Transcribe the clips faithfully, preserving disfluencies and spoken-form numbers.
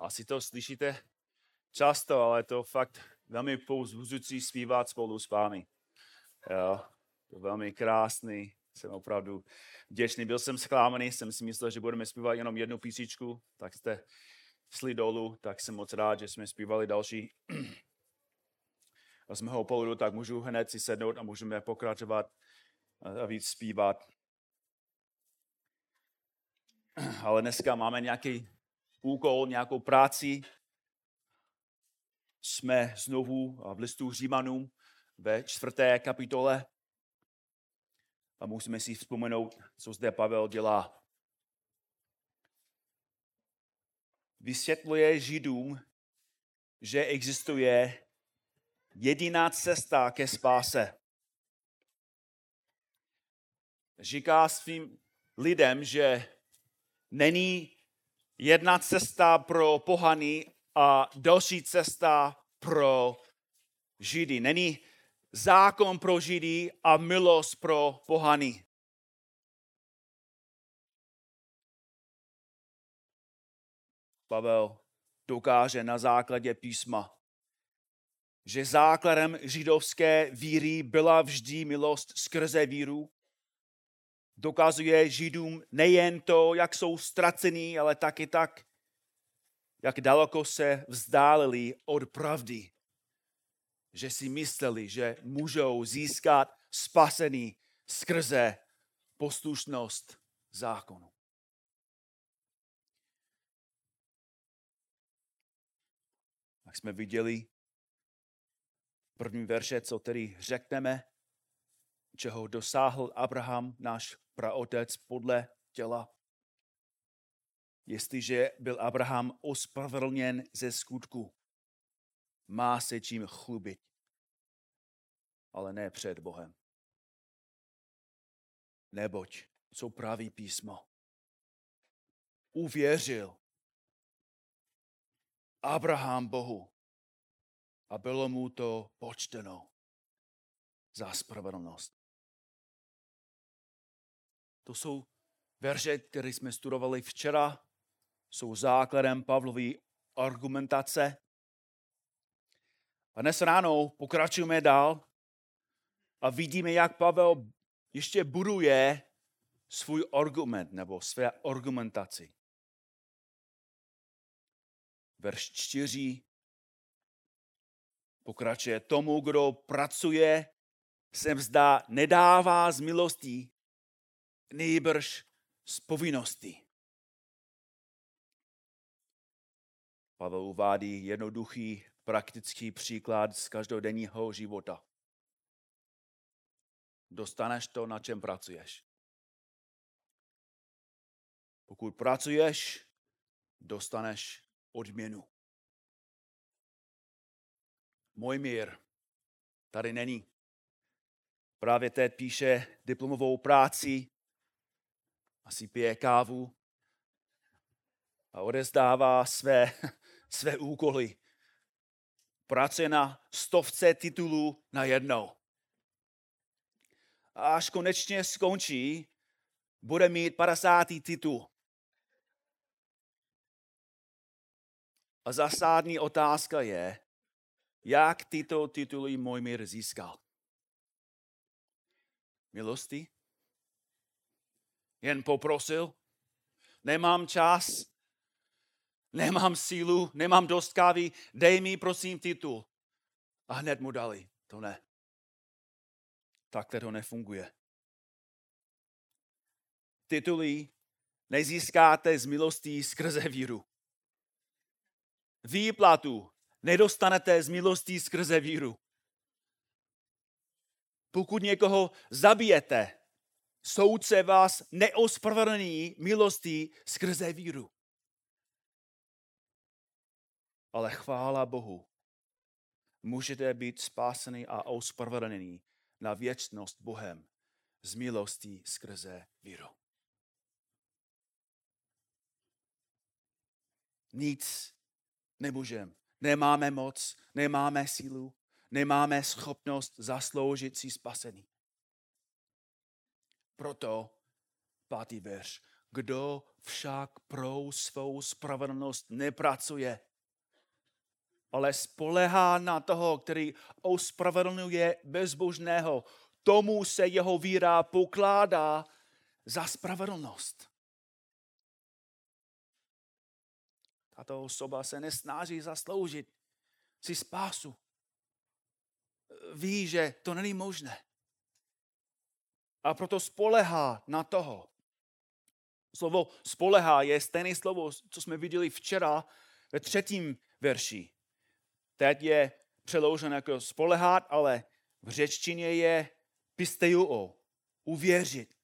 Asi to slyšíte často, ale to fakt velmi povzbuzující zpívat spolu s vámi. Jo, to velmi krásný, jsem opravdu vděčný. Byl jsem zklamaný, jsem si myslel, že budeme zpívat jenom jednu písničku, tak jste šli dolů, tak jsem moc rád, že jsme zpívali další. A z mého pohledu, tak můžu hned si sednout a můžeme pokračovat a víc zpívat. Ale dneska máme nějaký úkol, nějakou práci. Jsme znovu v listu Římanům ve čtvrté kapitole a musíme si vzpomenout, co zde Pavel dělá. Vysvětluje Židům, že existuje jediná cesta ke spáse. Říká svým lidem, že není jedna cesta pro pohany a další cesta pro Židy. Není zákon pro Židy a milost pro pohany. Pavel dokáže na základě písma, že základem židovské víry byla vždy milost skrze víru. Dokazuje Židům nejen to, jak jsou ztracení, ale taky tak, jak daleko se vzdálili od pravdy. Že si mysleli, že můžou získat spasení skrze poslušnost zákonu. Jak jsme viděli v prvním verše, co tedy řekneme, čeho dosáhl Abraham, náš praotec podle těla. Jestliže byl Abraham ospravedlněn ze skutku, má se čím chlubit, ale ne před Bohem. Neboť, co praví písmo, uvěřil Abraham Bohu a bylo mu to počteno za spravedlnost. To jsou verše, které jsme studovali včera, jsou základem Pavlovy argumentace. A dnes ráno pokračujeme dál a vidíme, jak Pavel ještě buduje svůj argument nebo své argumentaci. Verš čtyři pokračuje: tomu, kdo pracuje, se mzda nedává z milostí, nýbrž z povinnosti. Pavel uvádí jednoduchý praktický příklad z každodenního života. Dostaneš to, na čem pracuješ. Pokud pracuješ, dostaneš odměnu. Můj mír tady není. Právě teď píše diplomovou práci, asi pije kávu a odezdává své, své úkoly. Pracuje na stovce titulů na jednou. A až konečně skončí, bude mít padesátý titul. A zásadní otázka je, jak tyto tituly můj mír získal. Milosti? Jen poprosil? Nemám čas, nemám sílu, nemám dost kávy, dej mi prosím titul. A hned mu dali. To ne. Takhle to nefunguje. Tituly nezískáte z milostí skrze víru. Výplatu nedostanete z milostí skrze víru. Pokud někoho zabijete, soudce vás neospravedlní milostí skrze víru. Ale chvála Bohu, můžete být spásený a ospravedlněný na věčnost Bohem z milostí skrze víru. Nic nemůžeme. Nemáme moc, nemáme sílu, nemáme schopnost zasloužit si spasení. Proto pátý verš. kdo však pro svou spravedlnost nepracuje, ale spolehá na toho, který ospravedlňuje bezbožného, tomu se jeho víra pokládá za spravedlnost. Tato osoba se nesnaží zasloužit si spásu. Ví, že to není možné. A proto spolehá na toho. Slovo spolehá je stejné slovo, co jsme viděli včera ve třetím verši. Teď je přeloženo jako spolehat, ale v řečtině je pisteuo, uvěřit.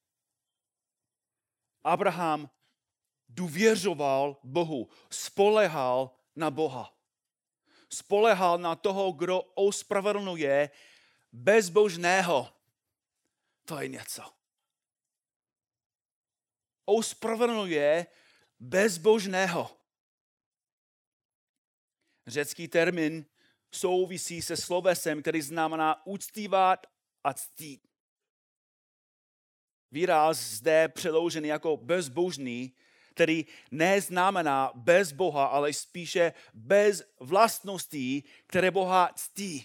Abraham důvěřoval Bohu, spolehal na Boha. Spolehal na toho, kdo ospravedlňuje bezbožného. To je něco. Ospravedlňuje bezbožného. Řecký termín souvisí se slovesem, který znamená uctívat a ctít. Výraz zde přeložený jako bezbožný, který neznamená bez Boha, ale spíše bez vlastností, které Boha ctí.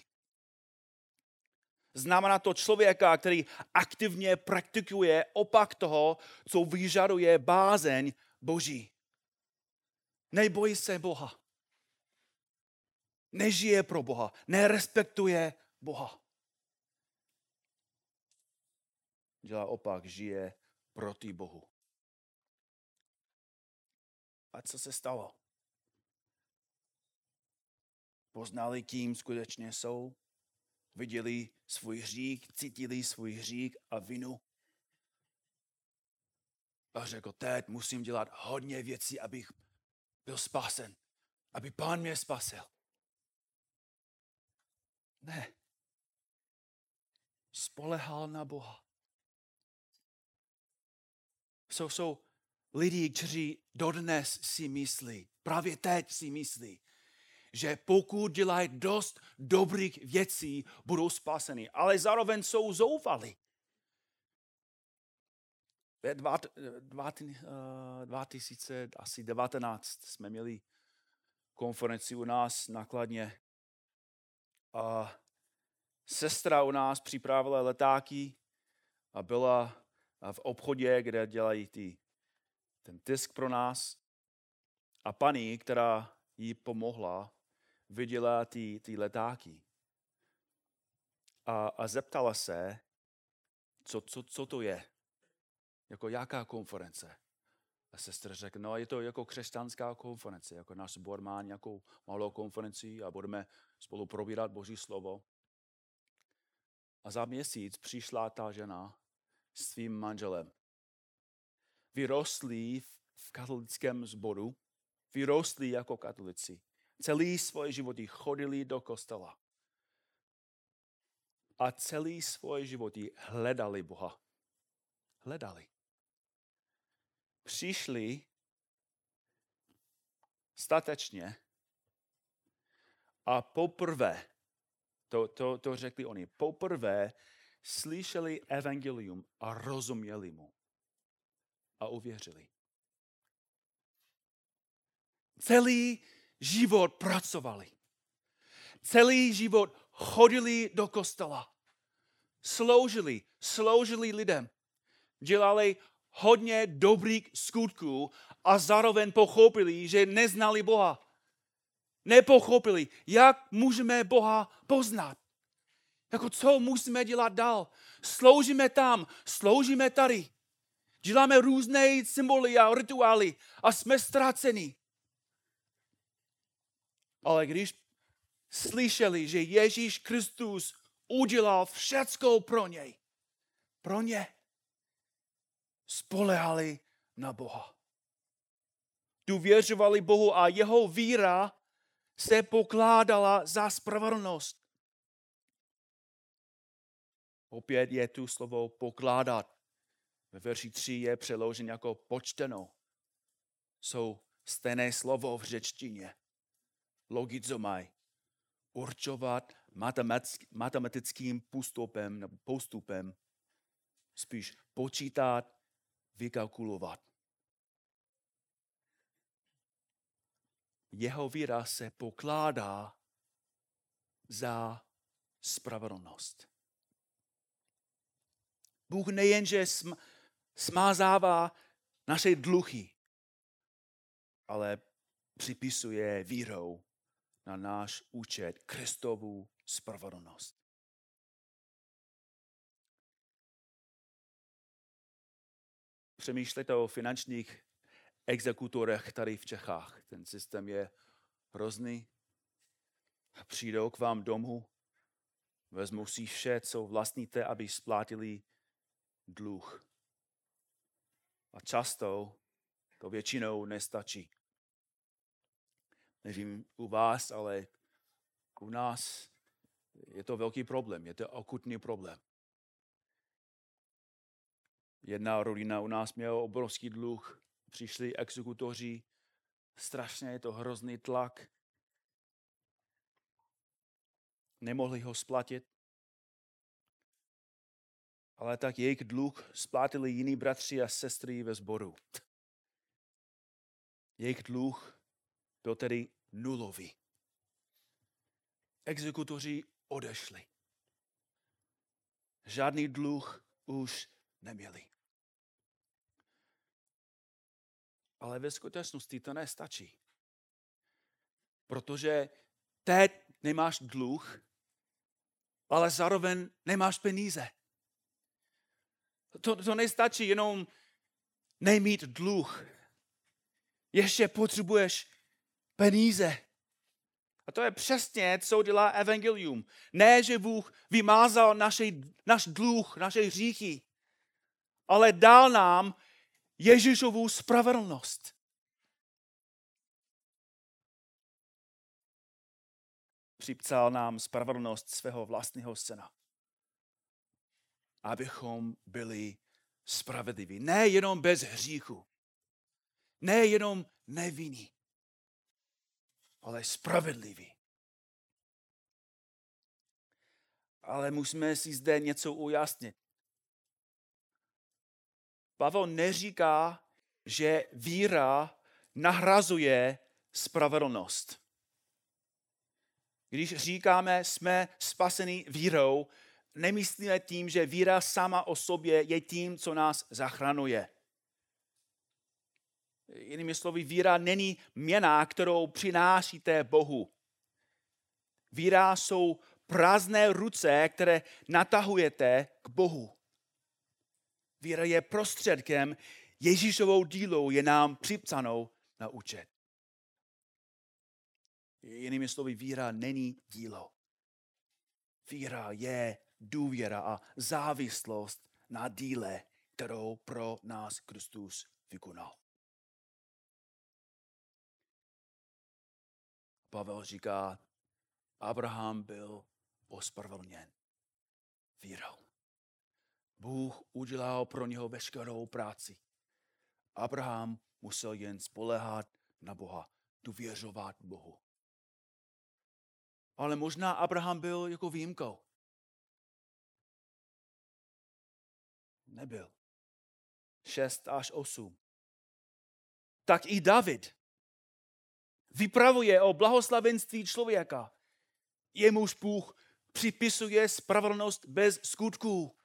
Znamená to člověka, který aktivně praktikuje opak toho, co vyžaduje bázeň Boží. Nebojí se Boha. Nežije pro Boha. Nerespektuje Boha. Dělá opak, žije proti Bohu. A co se stalo? Poznali, kým skutečně jsou, viděli svůj hřích, cítili svůj hřích a vinu. A řekl, teď musím dělat hodně věcí, abych byl spasen. Aby Pán mě spasil. Ne. Spolehal na Boha. Jsou, jsou lidi, kteří dodnes si myslí, právě teď si myslí, že pokud dělají dost dobrých věcí, budou spaseni. Ale zároveň jsou zoufali. Ve dva tisíce devatenáct jsme měli konferenci u nás na Kladně. A sestra u nás připravila letáky a byla v obchodě, kde dělají ty, ten tisk pro nás. A paní, která jí pomohla, viděla ty, ty letáky. A, a zeptala se, co, co, co to je. Jako jaká konference. A sestra řekla, no je to jako křesťanská konference. Jako náš sbor má nějakou malou konferenci a budeme spolu probírat Boží slovo. A za měsíc přišla ta žena s svým manželem. Vyrostli v katolickém sboru, vyrostli jako katolici. Celý svůj životy chodili do kostela. A celý svůj životy hledali Boha. Hledali. Přišli statečně a poprvé, to, to, to řekli oni, poprvé slyšeli evangelium a rozuměli mu. A uvěřili. Celý život pracovali. Celý život chodili do kostela. Sloužili, sloužili lidem. Dělali hodně dobrých skutků a zároveň pochopili, že neznali Boha. Nepochopili, jak můžeme Boha poznat. Jako co musíme dělat dál. Sloužíme tam, sloužíme tady. Děláme různé symboly a rituály a jsme ztraceni. Ale když slyšeli, že Ježíš Kristus udělal všecko pro něj, pro ně, spolehali na Boha. Důvěřovali Bohu a jeho víra se pokládala za spravedlnost. Opět je tu slovo pokládat. Ve verši tři je přeložen jako počteno. Jsou stejné slovo v řečtině. Logizomai. Určovat matematickým postupem, nebo postupem. Spíš počítat, vykalkulovat. jeho víra se pokládá za spravedlnost. Bůh nejenže sm- smázává naše dluhy, ale připisuje vírou na náš účet Kristovu spravedlnost. Přemýšlejte o finančních exekutorech tady v Čechách. Ten systém je hrozný. Přijdou k vám domů, vezmou si vše, co vlastníte, aby splatili dluh. A často to většinou nestačí. Nevím u vás, ale u nás je to velký problém, je to akutní problém. Jedna rodina u nás měla obrovský dluh, přišli exekutoři, strašně je to hrozný tlak. Nemohli ho splatit, ale tak jejich dluh splatili jiní bratři a sestry ve sboru. Jejich dluh byl tedy nulový. Exekutoři odešli. Žádný dluh už neměli. Ale ve skutečnosti to nestačí. Protože teď nemáš dluh, ale zároveň nemáš peníze. To, to nestačí jenom nemít dluh. Ještě potřebuješ peníze. A to je přesně, co dělá evangelium. Ne, že Bůh vymázal naši, náš dluh, naše hříchy, ale dal nám Ježíšovu spravedlnost. Připsal nám spravedlnost svého vlastního syna, abychom byli spravedliví. Ne jenom bez hříchu, ne jenom nevinní, ale spravedliví. Ale musíme si zde něco ujasnit. Pavel neříká, že víra nahrazuje spravedlnost. Když říkáme, jsme spaseni vírou, nemyslíme tím, že víra sama o sobě je tím, co nás zachraňuje. Jinými slovy, víra není měna, kterou přinášíte Bohu. Víra jsou prázdné ruce, které natahujete k Bohu. Víra je prostředkem, Ježíšovou dílou je nám připsanou na účet. Jinými slovy, víra není dílo. Víra je důvěra a závislost na díle, kterou pro nás Kristus vykonal. Pavel říká, Abraham byl ospravedlněn vírou. Bůh udělal pro něho veškerou práci. Abraham musel jen spoléhat na Boha, důvěřovat Bohu. Ale možná Abraham byl jako výjimkou. Nebyl. Šest až osm. Tak i David vypravuje o blahoslavenství člověka. Jemuž Bůh připisuje spravedlnost bez skutků.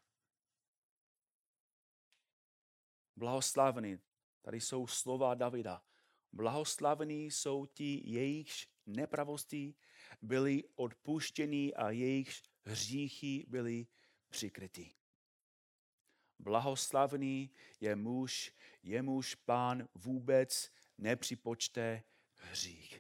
Blahoslavení. Tady jsou slova Davida. Blahoslavení jsou ti, jejichž nepravosti byly odpuštěny a jejichž hříchy byly přikryty. Blahoslavný je muž, jemuž Pán vůbec nepřipočte hřích.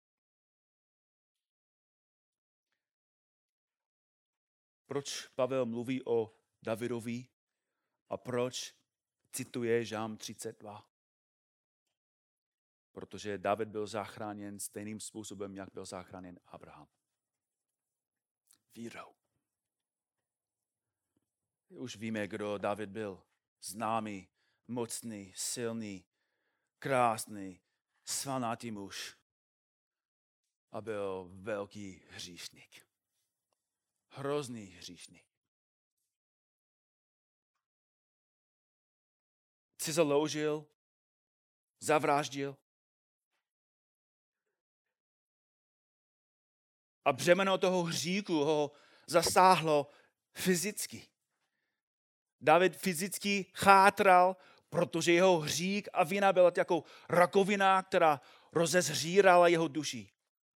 Proč Pavel mluví o Davidovi a proč cituje Žálm třicet dva? Protože David byl zachráněn stejným způsobem, jak byl zachráněn Abraham. Vírou. Už víme, kdo David byl. Známý, mocný, silný, krásný, svanatý muž. A byl velký hříšník. Hrozný hříšník. Cizoloužil, zavraždil. A břemeno toho hříchu ho zasáhlo fyzicky. David fyzicky chátral, protože jeho hřích a vina byla jako rakovina, která rozezřírala jeho duši.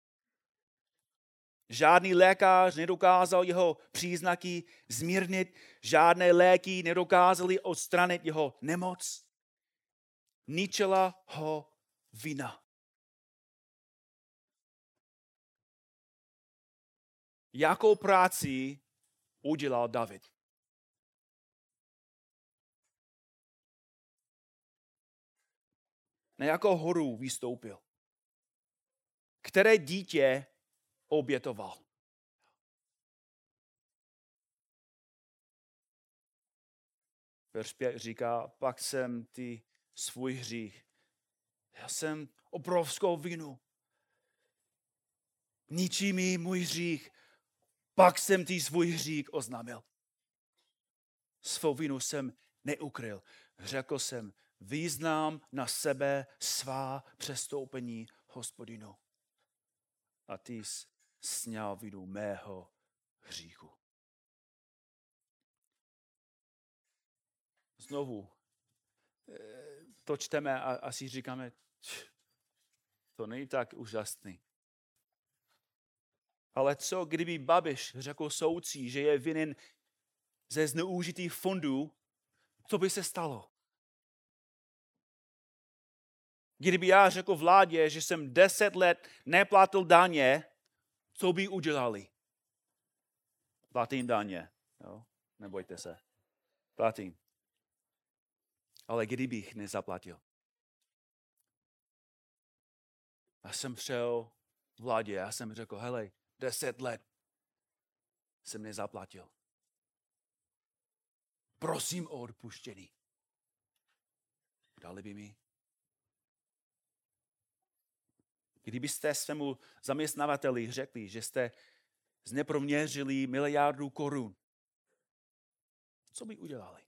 Žádný lékař nedokázal jeho příznaky zmírnit, žádné léky nedokázaly odstranit jeho nemoc. Ničila ho vina. Jakou práci udělal David? Na jakou horu vystoupil? Které dítě obětoval? Verš pět říká, pak jsem ty svůj hřích. Já jsem obrovskou vinu. Ničí mi můj hřích. Pak jsem ty svůj hřích oznámil. Svou vinu jsem neukryl. Řekl jsem, vyznám na sebe svá přestoupení, Hospodinu. A ty jsi sňal vinu mého hříchu. Znovu to čteme a asi říkáme, to není tak úžasný. Ale co kdyby Babiš řekl soudci, že je vinen ze zneužitých fondů, co by se stalo? Kdyby já řekl vládě, že jsem deset let neplatil daně, co by udělali? Platím daně, jo? Nebojte se. Platím. Ale kdybych nezaplatil? Já jsem přijel vládě, já jsem řekl, hele, deset let jsem nezaplatil. Prosím o odpuštění. Dali by mi? Kdybyste svému zaměstnavateli řekli, že jste zneproměřili miliardu korun, co by udělali?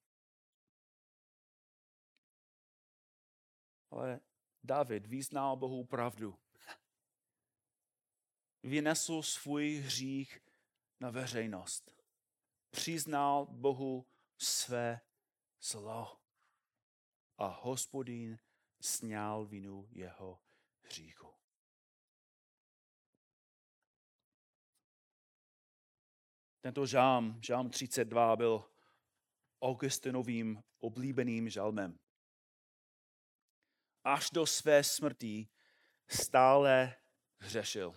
Ale David vyznal Bohu pravdu. Vynesl svůj hřích na veřejnost. Přiznal Bohu své zlo. A Hospodin sňal vinu jeho hříchu. Tento žálm, žálm třicet dva, byl Augustinovým oblíbeným žalmem. Až do své smrti stále hřešil.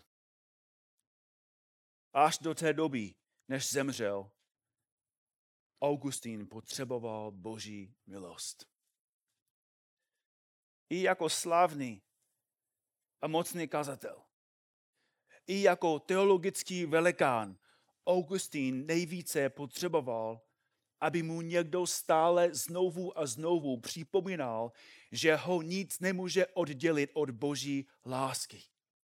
Až do té doby, než zemřel, Augustín potřeboval Boží milost. I jako slavný a mocný kazatel, i jako teologický velikán, Augustín nejvíce potřeboval, aby mu někdo stále znovu a znovu připomínal, že ho nic nemůže oddělit od Boží lásky.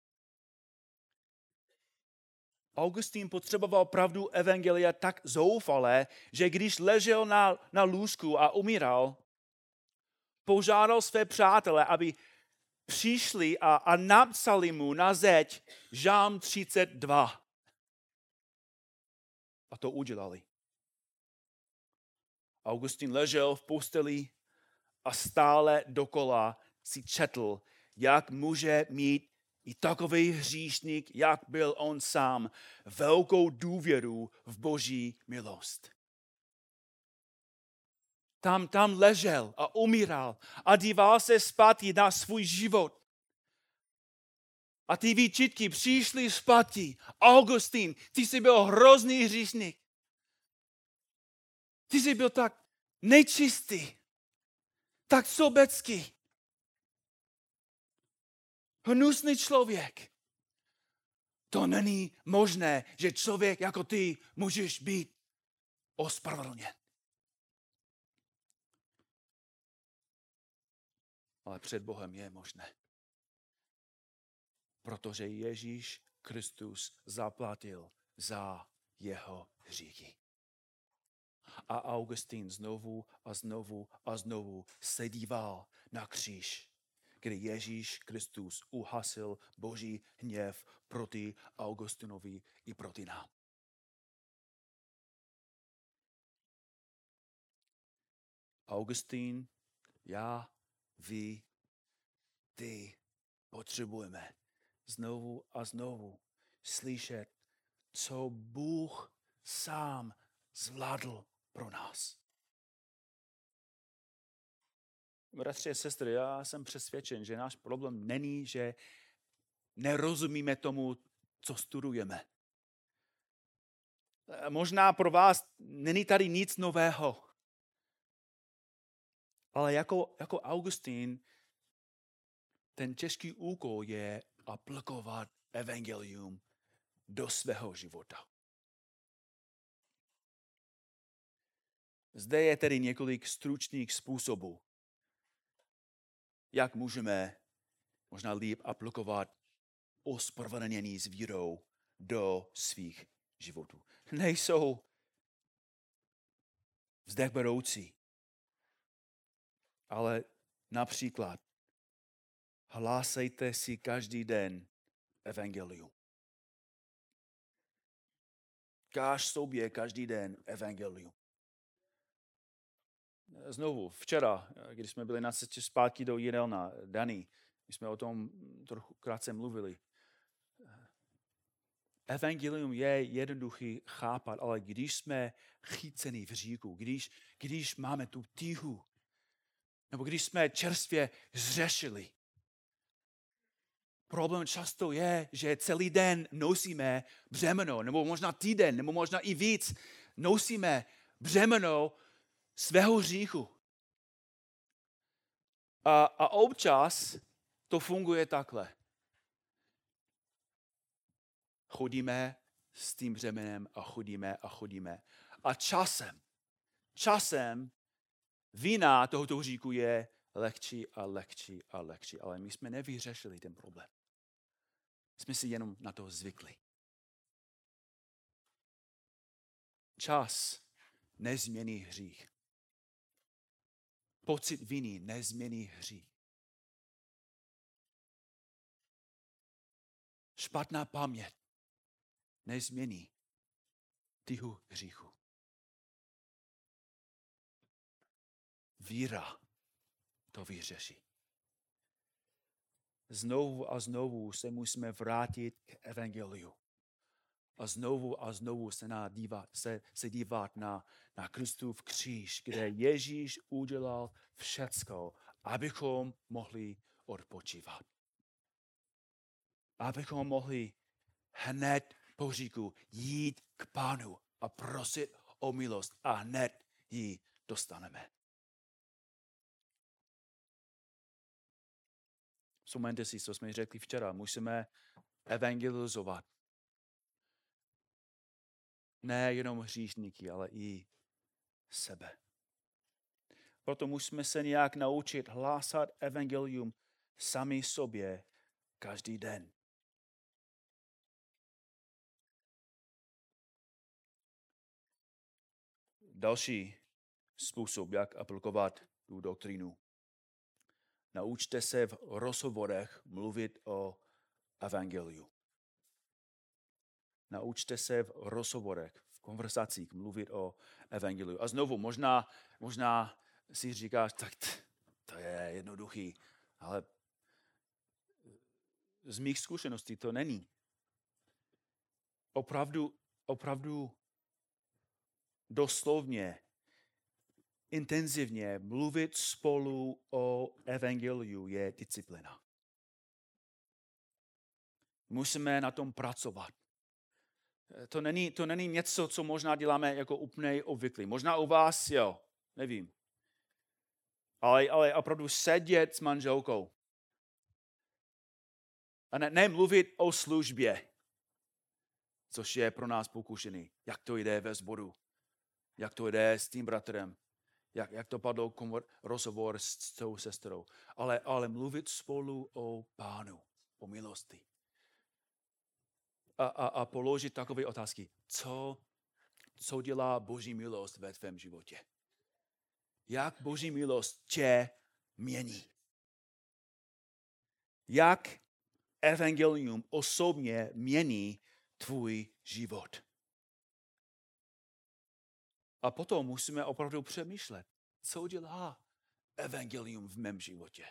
Augustín potřeboval pravdu evangelia tak zoufale, že když ležel na, na lůžku a umíral, požádal své přátele, aby přišli a, a napsali mu na zeď žálm třicet dva. A to udělali. Augustín ležel v posteli a stále dokola si četl, jak může mít i takový hříšník, jak byl on sám, velkou důvěru v Boží milost. Tam, tam ležel a umíral a díval se zpátky na svůj život. A ty výčitky přišly zpátky. Augustín, ty jsi byl hrozný hříšník. Ty jsi byl tak nečistý, tak sobecký. Hnusný člověk. To není možné, že člověk jako ty můžeš být ospravedlněn. Ale před Bohem je možné. Protože Ježíš Kristus zaplatil za jeho hříchy. A Augustín znovu a znovu a znovu se díval na kříž, kdy Ježíš Kristus uhasil Boží hněv proti Augustinovi i proti nám. Augustín, já, vy, ty potřebujeme znovu a znovu slyšet, co Bůh sám zvládl pro nás. Bratři a sestry, já jsem přesvědčen, že náš problém není, že nerozumíme tomu, co studujeme. Možná pro vás není tady nic nového, ale jako, jako Augustín, ten těžký úkol je aplikovat evangelium do svého života. Zde je tedy několik stručných způsobů, jak můžeme možná líp aplikovat ospravedlnění s vírou do svých životů. Nejsou vzdech beroucí, ale například hlásejte si každý den evangelium. Káž sobě každý den evangelium. Znovu, včera, když jsme byli na cestě zpátky do jídelna, Dani, my jsme o tom trochu krátce mluvili. Evangelium je jednoduchý chápat, ale když jsme chyceni v říku, když, když máme tu tíhu, nebo když jsme čerstvě zřešili, problém často je, že celý den nosíme břemeno, nebo možná týden, nebo možná i víc, nosíme břemeno svého hříchu. A, a občas to funguje takhle. Chodíme s tím břemenem a chodíme a chodíme. A časem, časem vina tohoto hříchu je lehčí a lehčí a lehčí. Ale my jsme nevyřešili ten problém. Jsme si jenom na to zvykli. Čas nezmění hřích. Pocit viny nezmění hřích. Špatná paměť nezmění tíhu hříchu. Víra to vyřeší. Znovu a znovu se musíme vrátit k evangeliu. A znovu a znovu se, dívat, se, se dívat na, na Kristův kříž, kde Ježíš udělal všecko, abychom mohli odpočívat. Abychom mohli hned po hříchu jít k Pánu a prosit o milost a hned ji dostaneme. Vzpomeňte si, co jsme řekli včera. Musíme evangelizovat. Ne jenom hříšníky, ale i sebe. Proto musíme se nějak naučit hlásat evangelium sami sobě každý den. Další způsob, jak aplikovat tu doktrínu. Naučte se v rozhovorech mluvit o evangeliu. Naučte se v rozhovorech, v konversacích mluvit o evangeliu. A znovu, možná, možná si říkáš, tak to je jednoduchý, ale z mých zkušeností to není. Opravdu, opravdu doslovně, intenzivně mluvit spolu o evangeliu je disciplina. Musíme na tom pracovat. To není, to není něco, co možná děláme jako úplně obvyklý. Možná u vás, jo, nevím. Ale, ale opravdu sedět s manželkou. A ne, nemluvit o službě, což je pro nás pokušený. Jak to jde ve sboru. Jak to jde s tím bratrem. Jak, jak to padlo komor, rozhovor s, s tou sestrou. Ale, ale mluvit spolu o Pánu, o milosti. A, a, a položit takové otázky. Co, co dělá Boží milost ve tvém životě? Jak Boží milost tě mění? jak evangelium osobně mění tvůj život. A potom musíme opravdu přemýšlet, co dělá evangelium v mém životě.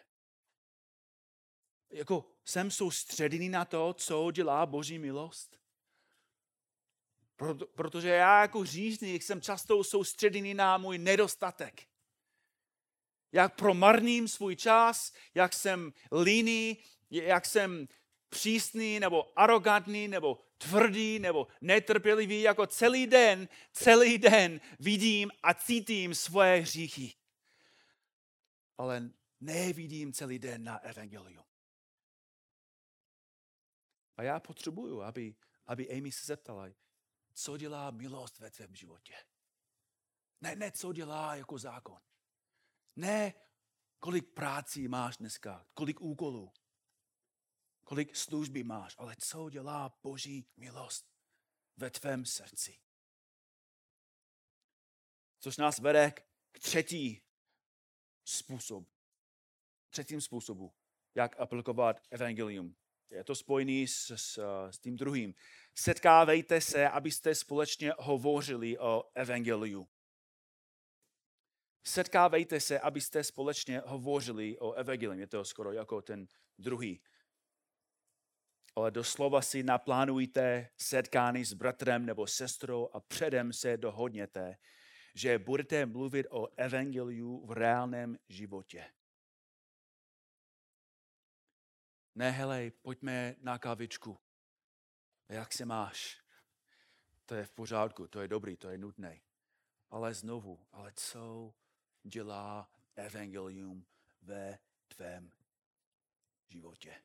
Jako jsem soustředěný na to, co dělá Boží milost. Proto, protože já jako hříšník jsem často soustředěný na můj nedostatek. Jak promarním svůj čas, jak jsem líný, jak jsem přísný, nebo arrogantní, nebo tvrdý, nebo netrpělivý, jako celý den, celý den vidím a cítím svoje hříchy. Ale nevidím celý den na evangelium. A já potřebuju, aby, aby Amy se zeptala, co dělá milost ve tvém životě. Ne, ne, co dělá jako zákon. Ne, kolik prácí máš dneska, kolik úkolů, kolik služby máš, ale co dělá Boží milost ve tvém srdci. Což nás vede k třetí způsob, třetím způsobu, jak aplikovat evangelium. Je to spojený s, s, s tím druhým. Setkávejte se, abyste společně hovořili o evangeliu. Setkávejte se, abyste společně hovořili o evangeliu. Je to skoro jako ten druhý. Ale doslova si naplánujte setkání s bratrem nebo sestrou a předem se dohodněte, že budete mluvit o evangeliu v reálném životě. Ne, hele, pojďme na kavičku. Jak se máš? To je v pořádku, to je dobrý, to je nutné. Ale znovu, ale co dělá evangelium ve tvém životě?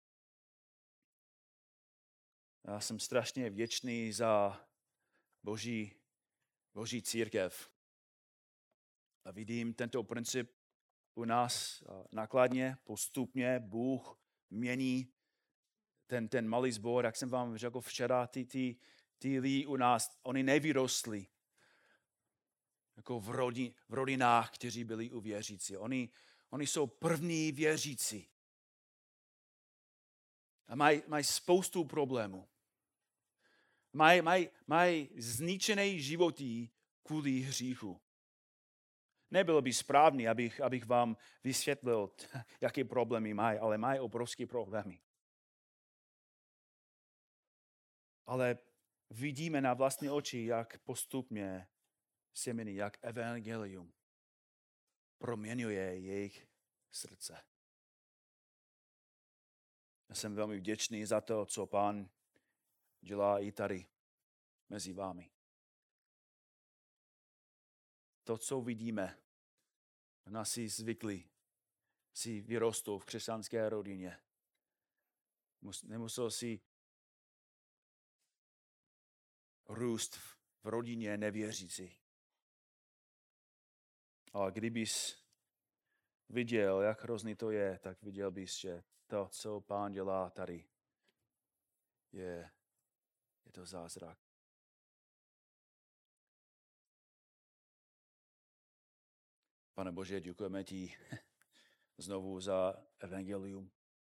Já jsem strašně vděčný za Boží, Boží církev. A vidím tento princip u nás nákladně, postupně Bůh mění ten, ten malý sbor, jak jsem vám řekl včera, ty, ty, ty lidi u nás, oni nevyrostli jako v, rodin, v rodinách, kteří byli u věřící. Oni, oni jsou první věřící. A mají maj spoustu problémů. Mají maj, maj zničené životy kvůli hříchu. Nebylo by správné, abych, abych vám vysvětlil, jaké problémy mají, ale mají obrovské problémy. Ale vidíme na vlastní oči, jak postupně se mění, jak evangelium proměňuje jejich srdce. Já jsem velmi vděčný za to, co Pán dělá i tady mezi vámi. To, co vidíme, nasi zvyklí si vyrostou v křesťanské rodině. Nemusel si růst v rodině nevěřící. Ale kdybys viděl, jak hrozný to je, tak viděl bys, že to, co Pán dělá tady, je, je to zázrak. Pane Bože, děkujeme ti znovu za evangelium.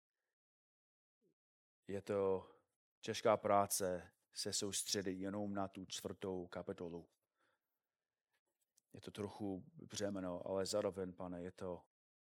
Je to těžká práce se soustředit jenom na tu čtvrtou kapitolu. Je to trochu břemeno, ale zároveň, Pane, je to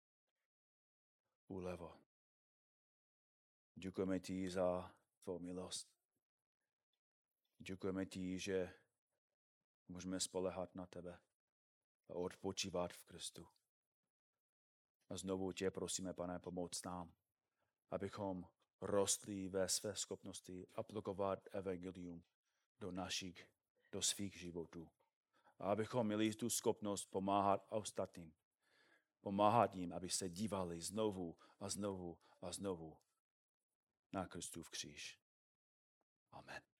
úleva. Děkujeme ti za tvou milost. Děkujeme ti, že můžeme spoléhat na tebe a odpočívat v Kristu. A znovu tě prosíme, Pane, pomoc nám, abychom rostli ve své schopnosti aplikovat evangelium do našich, do svých životů. A abychom měli tu schopnost pomáhat ostatním. Pomáhat jim, aby se dívali znovu a znovu a znovu na Kristův kříž. Amen.